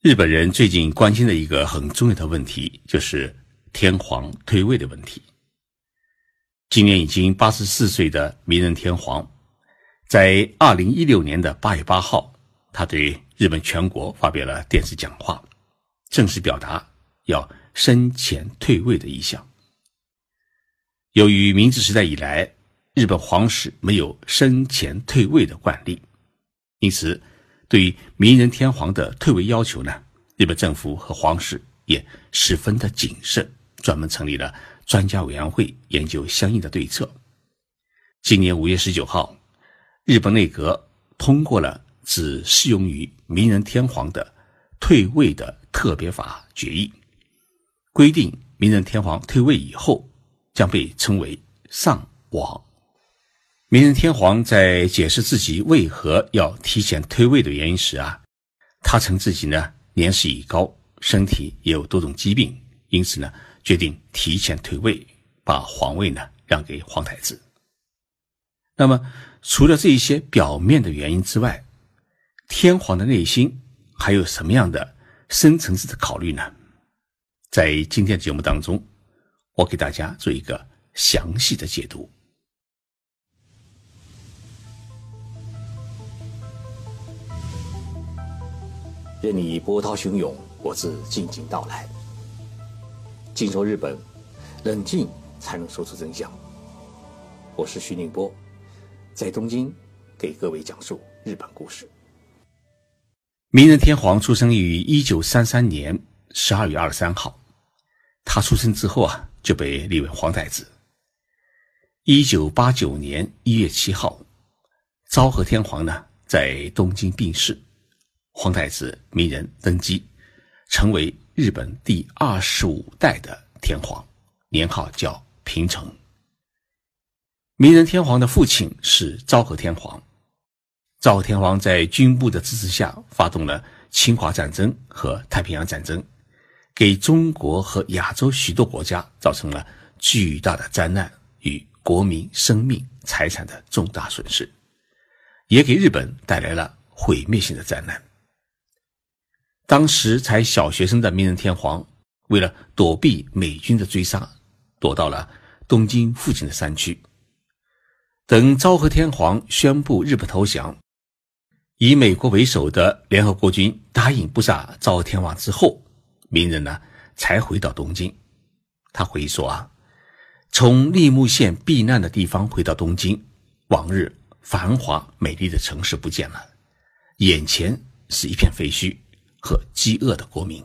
日本人最近关心的一个很重要的问题，就是天皇退位的问题。今年已经84岁的明仁天皇，在2016年的8月8号，他对日本全国发表了电视讲话，正式表达要生前退位的意向。由于明治时代以来，日本皇室没有生前退位的惯例，因此对于明仁天皇的退位要求呢，日本政府和皇室也十分的谨慎，专门成立了专家委员会研究相应的对策。今年5月19号，日本内阁通过了只适用于明仁天皇的退位的特别法决议，规定明仁天皇退位以后将被称为丧王。明仁天皇在解释自己为何要提前退位的原因时他称自己呢年事已高，身体也有多种疾病，因此呢决定提前退位，把皇位呢让给皇太子。那么除了这一些表面的原因之外，天皇的内心还有什么样的深层次的考虑呢？在今天的节目当中，我给大家做一个详细的解读。 任你波涛汹涌，我自静静到来。静说日本，冷静才能说出真相。我是徐宁波，在东京给各位讲述日本故事。 明仁天皇出生于1933年12月23号，他出生之后就被立为皇太子。1989年1月7号，昭和天皇呢在东京病逝，皇太子明仁登基，成为日本第25代的天皇，年号叫平成。明仁天皇的父亲是昭和天皇，昭和天皇在军部的支持下发动了侵华战争和太平洋战争，给中国和亚洲许多国家造成了巨大的灾难与国民生命财产的重大损失，也给日本带来了毁灭性的灾难。当时才小学生的明仁天皇，为了躲避美军的追杀，躲到了东京附近的山区。等昭和天皇宣布日本投降，以美国为首的联合国军答应不杀昭和天皇之后，明仁呢才回到东京。他回忆说从立木县避难的地方回到东京，往日繁华美丽的城市不见了，眼前是一片废墟和饥饿的国民。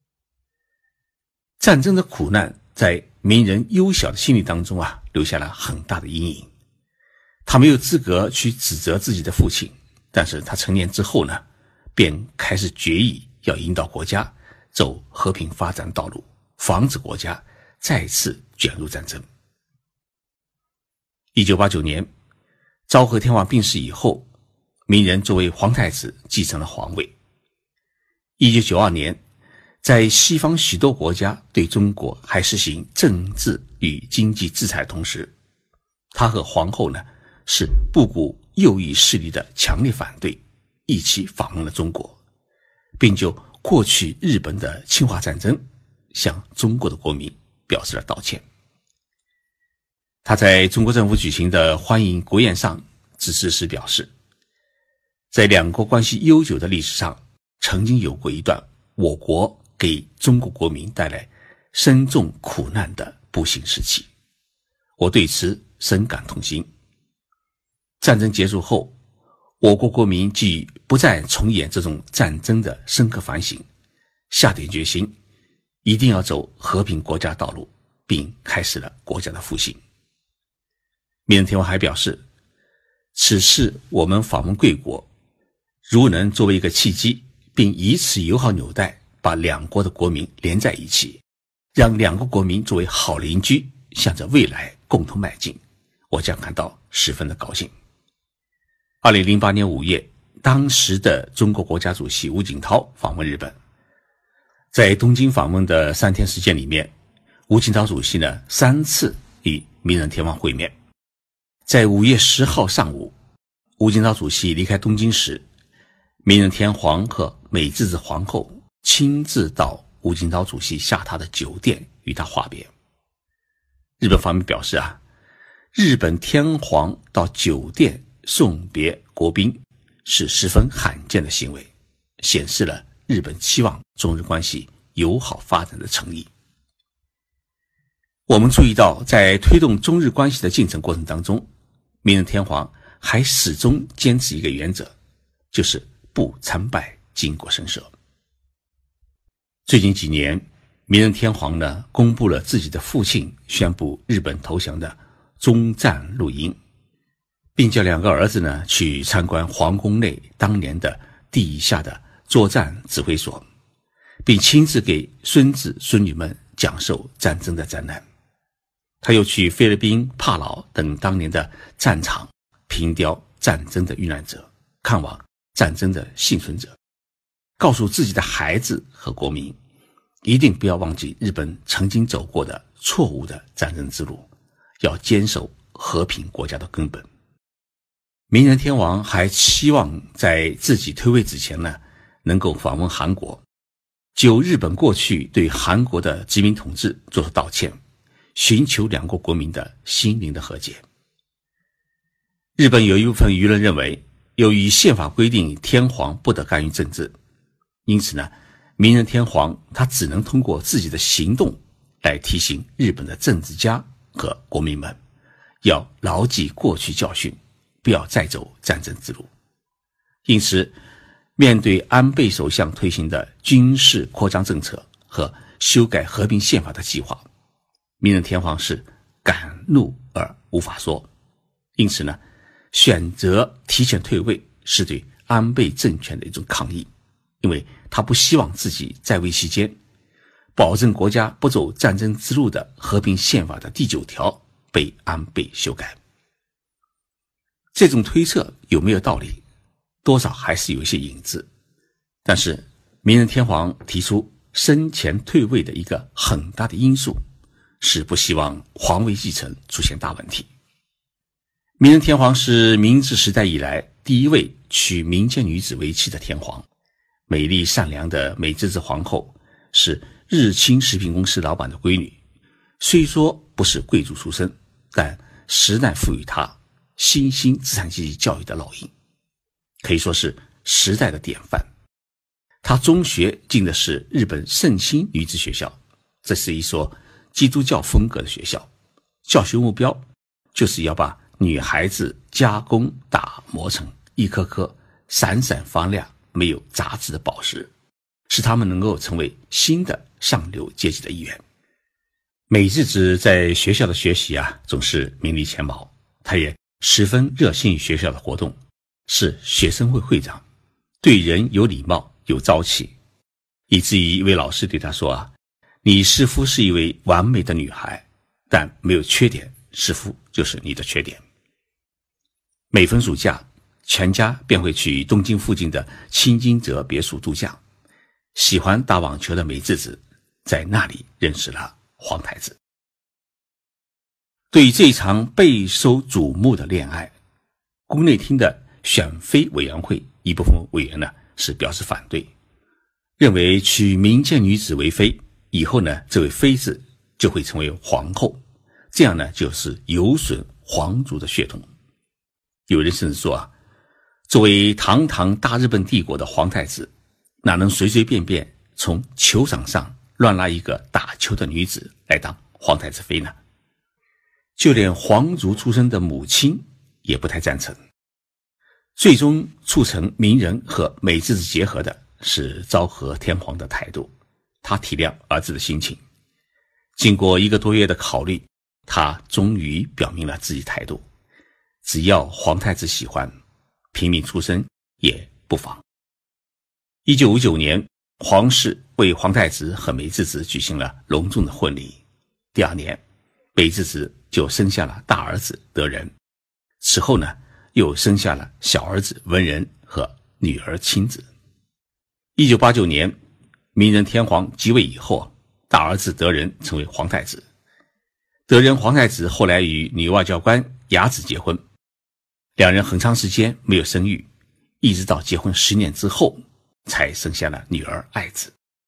战争的苦难在明仁幼小的心理当中留下了很大的阴影。他没有资格去指责自己的父亲，但是他成年之后呢，便开始决意要引导国家走和平发展道路，防止国家再次卷入战争。1989年，昭和天皇病逝以后，明仁作为皇太子继承了皇位。1992年，在西方许多国家对中国还实行政治与经济制裁的同时，他和皇后呢是不顾右翼势力的强烈反对，一起访问了中国，并就过去日本的侵华战争向中国的国民表示了道歉。他在中国政府举行的欢迎国宴上致辞时表示，在两国关系悠久的历史上，曾经有过一段我国给中国国民带来深重苦难的不幸时期，我对此深感痛心。战争结束后，我国国民基于不再重演这种战争的深刻反省，下定决心一定要走和平国家道路，并开始了国家的复兴。明仁天皇还表示，此次我们访问贵国，如能作为一个契机，并以此友好纽带把两国的国民连在一起，让两个国民作为好邻居向着未来共同迈进，我将感到十分的高兴。2008年5月，当时的中国国家主席吴景涛访问日本，在东京访问的3天时间里面，吴景涛主席呢3次与明仁天皇会面。在5月10号上午，吴景涛主席离开东京时，明仁天皇和美智子皇后亲自到吴景昭主席下榻的酒店与他话别。日本方面表示日本天皇到酒店送别国宾是十分罕见的行为，显示了日本期望中日关系友好发展的诚意。我们注意到，在推动中日关系的进程过程当中，明仁天皇还始终坚持一个原则，就是不参拜靖国神社。最近几年，明仁天皇呢公布了自己的父亲宣布日本投降的终战录音，并叫2个儿子呢去参观皇宫内当年的地下的作战指挥所，并亲自给孙子孙女们讲授战争的灾难。他又去菲律宾、帕劳等当年的战场，凭吊战争的遇难者，看望战争的幸存者，告诉自己的孩子和国民，一定不要忘记日本曾经走过的错误的战争之路，要坚守和平国家的根本。明仁天皇还期望在自己退位之前呢，能够访问韩国，就日本过去对韩国的殖民统治做出道歉，寻求2国国民的心灵的和解。日本有一部分舆论认为，由于宪法规定天皇不得干预政治，因此呢，明仁天皇他只能通过自己的行动来提醒日本的政治家和国民们，要牢记过去教训，不要再走战争之路。因此，面对安倍首相推行的军事扩张政策和修改和平宪法的计划，明仁天皇是敢怒而无法说。因此呢，选择提前退位是对安倍政权的一种抗议，因为他不希望自己在位期间保证国家不走战争之路的和平宪法的第9条被安倍修改。这种推测有没有道理，多少还是有一些影子，但是明仁天皇提出生前退位的一个很大的因素是不希望皇位继承出现大问题。明仁天皇是明治时代以来第一位娶民间女子为妻的天皇，美丽善良的美智子皇后是日清食品公司老板的闺女，虽说不是贵族出身，但时代赋予她新兴资产阶级教育的烙印，可以说是时代的典范。她中学进的是日本圣心女子学校，这是一所基督教风格的学校，教学目标就是要把女孩子加工打磨成一颗颗闪闪发亮没有杂质的宝石，使她们能够成为新的上流阶级的一员。美智子在学校的学习总是名列前茅，她也十分热心于学校的活动，是学生会会长，对人有礼貌有朝气，以至于一位老师对她说你似乎是一位完美的女孩，但没有缺点，似乎就是你的缺点。每逢暑假，全家便会去东京附近的清津泽别墅度假。喜欢打网球的美智子在那里认识了皇太子。对于这一场备受瞩目的恋爱，宫内厅的选妃委员会一部分委员呢是表示反对，认为娶民间女子为妃以后呢，这位妃子就会成为皇后，这样呢就是有损皇族的血统。有人甚至说作为堂堂大日本帝国的皇太子，哪能随随便便从球场上乱拉一个打球的女子来当皇太子妃呢？就连皇族出身的母亲也不太赞成。最终促成明仁和美智子结合的是昭和天皇的态度，他体谅儿子的心情，经过1个多月的考虑，他终于表明了自己态度，只要皇太子喜欢，平民出身也不妨。1959年，皇室为皇太子和美智子举行了隆重的婚礼。第2年，美智子就生下了大儿子德仁，此后呢，又生下了小儿子文仁和女儿亲子。1989年，明仁天皇即位以后，大儿子德仁成为皇太子。德仁皇太子后来与女外交官雅子结婚，两人很长时间没有生育，一直到结婚10年之后才生下了女儿爱子。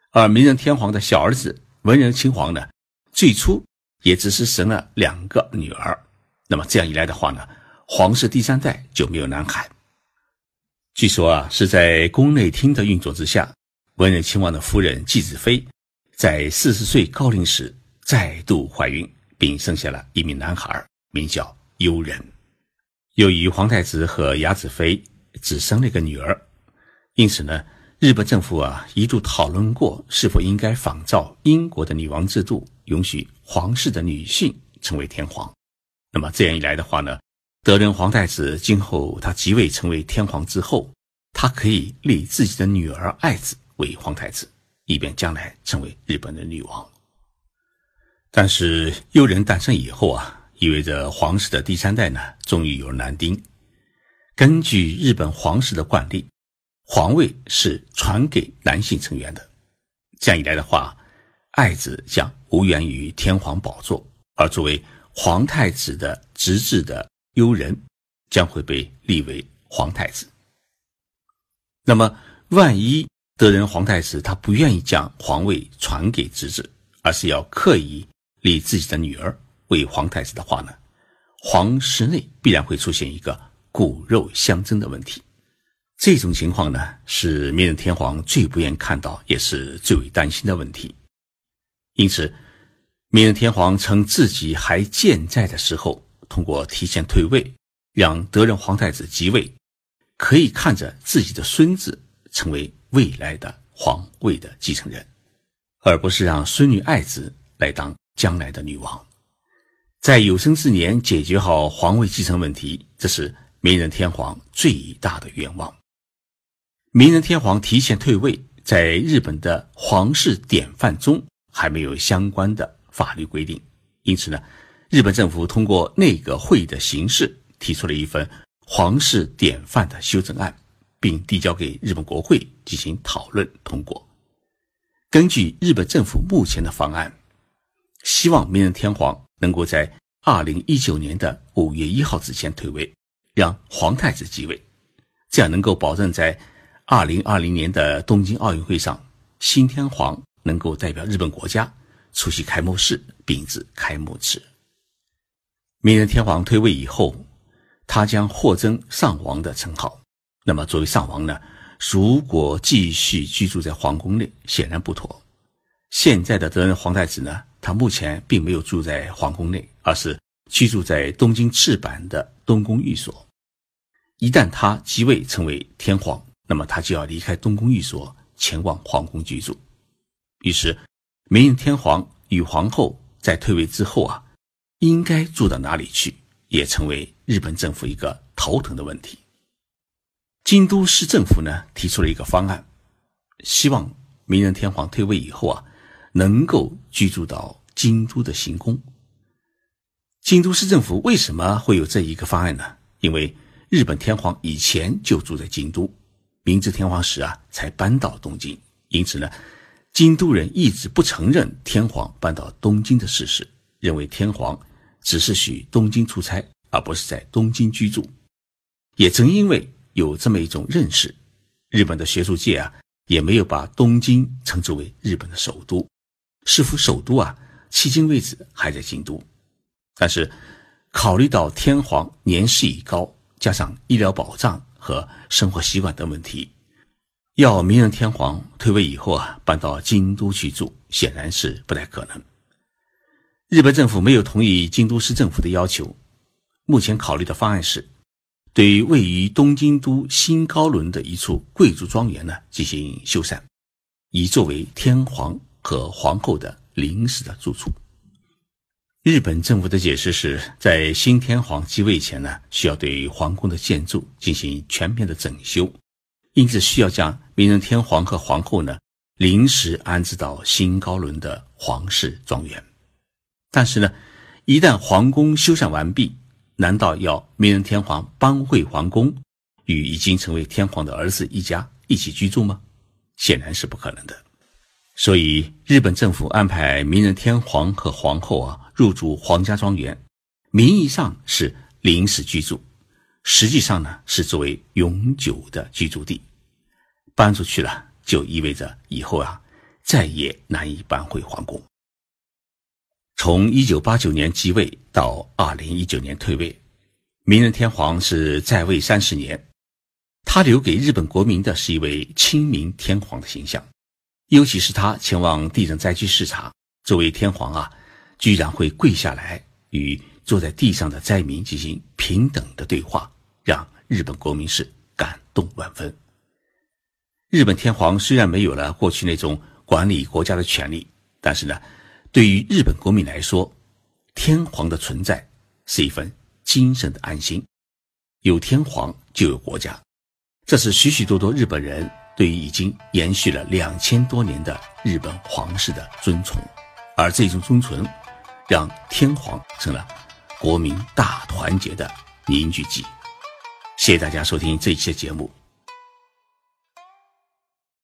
而明仁天皇的小儿子文仁亲王呢，最初也只是生了2个女儿。那么这样一来的话呢，皇室第3代就没有男孩。据说是在宫内厅的运作之下，文仁亲王的夫人纪子妃在40岁高龄时再度怀孕，并生下了一名男孩，名叫悠仁。由于皇太子和雅子妃只生了一个女儿，因此呢，日本政府一度讨论过是否应该仿照英国的女王制度，允许皇室的女性成为天皇。那么这样一来的话呢，德仁皇太子今后他即位成为天皇之后，他可以立自己的女儿爱子为皇太子，以便将来成为日本的女王。但是悠仁诞生以后意味着皇室的第3代呢，终于有了男丁。根据日本皇室的惯例，皇位是传给男性成员的。这样一来的话，爱子将无缘于天皇宝座，而作为皇太子的侄子的悠仁将会被立为皇太子。那么万一德仁皇太子他不愿意将皇位传给侄子，而是要刻意立自己的女儿为皇太子的话呢，皇室内必然会出现一个骨肉相争的问题。这种情况呢，是明仁天皇最不愿看到，也是最为担心的问题。因此明仁天皇趁自己还健在的时候，通过提前退位，让德仁皇太子即位，可以看着自己的孙子成为未来的皇位的继承人，而不是让孙女爱子来当将来的女王。在有生之年解决好皇位继承问题，这是明仁天皇最大的愿望。明仁天皇提前退位，在日本的皇室典范中还没有相关的法律规定，因此呢，日本政府通过内阁会议的形式提出了一份皇室典范的修正案，并递交给日本国会进行讨论通过。根据日本政府目前的方案，希望明仁天皇能够在2019年的5月1号之前退位，让皇太子继位，这样能够保证在2020年的东京奥运会上，新天皇能够代表日本国家出席开幕式并致开幕词。明仁天皇退位以后，他将获征上王的称号。那么作为上王呢，如果继续居住在皇宫内，显然不妥。现在的德仁皇太子呢，他目前并没有住在皇宫内，而是居住在东京赤坂的东宫寓所。一旦他即位成为天皇，那么他就要离开东宫寓所，前往皇宫居住。于是明仁天皇与皇后在退位之后应该住到哪里去，也成为日本政府一个头疼的问题。京都市政府呢，提出了一个方案，希望明仁天皇退位以后能够居住到京都的行宫。京都市政府为什么会有这一个方案呢？因为日本天皇以前就住在京都，明治天皇时才搬到东京，因此呢，京都人一直不承认天皇搬到东京的事实，认为天皇只是许东京出差，而不是在东京居住。也正因为有这么一种认识，日本的学术界也没有把东京称之为日本的首都，似乎首都迄今为止还在京都。但是考虑到天皇年事已高，加上医疗保障和生活习惯等问题，要明仁天皇退位以后搬到京都去住，显然是不太可能。日本政府没有同意京都市政府的要求，目前考虑的方案是对于位于东京都新高轮的一处贵族庄园呢进行修缮，以作为天皇和皇后的临时的住处。日本政府的解释是，在新天皇继位前呢，需要对皇宫的建筑进行全面的整修，因此需要将明仁天皇和皇后呢临时安置到新高轮的皇室庄园。但是呢，一旦皇宫修缮完毕，难道要明仁天皇搬回皇宫，与已经成为天皇的儿子一家一起居住吗？显然是不可能的。所以日本政府安排明仁天皇和皇后入住皇家庄园，名义上是临时居住，实际上呢是作为永久的居住地。搬出去了，就意味着以后再也难以扳回皇宫。从1989年即位到2019年退位，明仁天皇是在位30年，他留给日本国民的是一位亲民天皇的形象。尤其是他前往地震灾区视察，作为天皇居然会跪下来与坐在地上的灾民进行平等的对话，让日本国民是感动万分。日本天皇虽然没有了过去那种管理国家的权利，但是呢，对于日本国民来说，天皇的存在是一份精神的安心。有天皇就有国家，这是许许多多日本人对于已经延续了2000多年的日本皇室的尊崇，而这种尊崇让天皇成了国民大团结的凝聚剂。谢谢大家收听这一期的节目，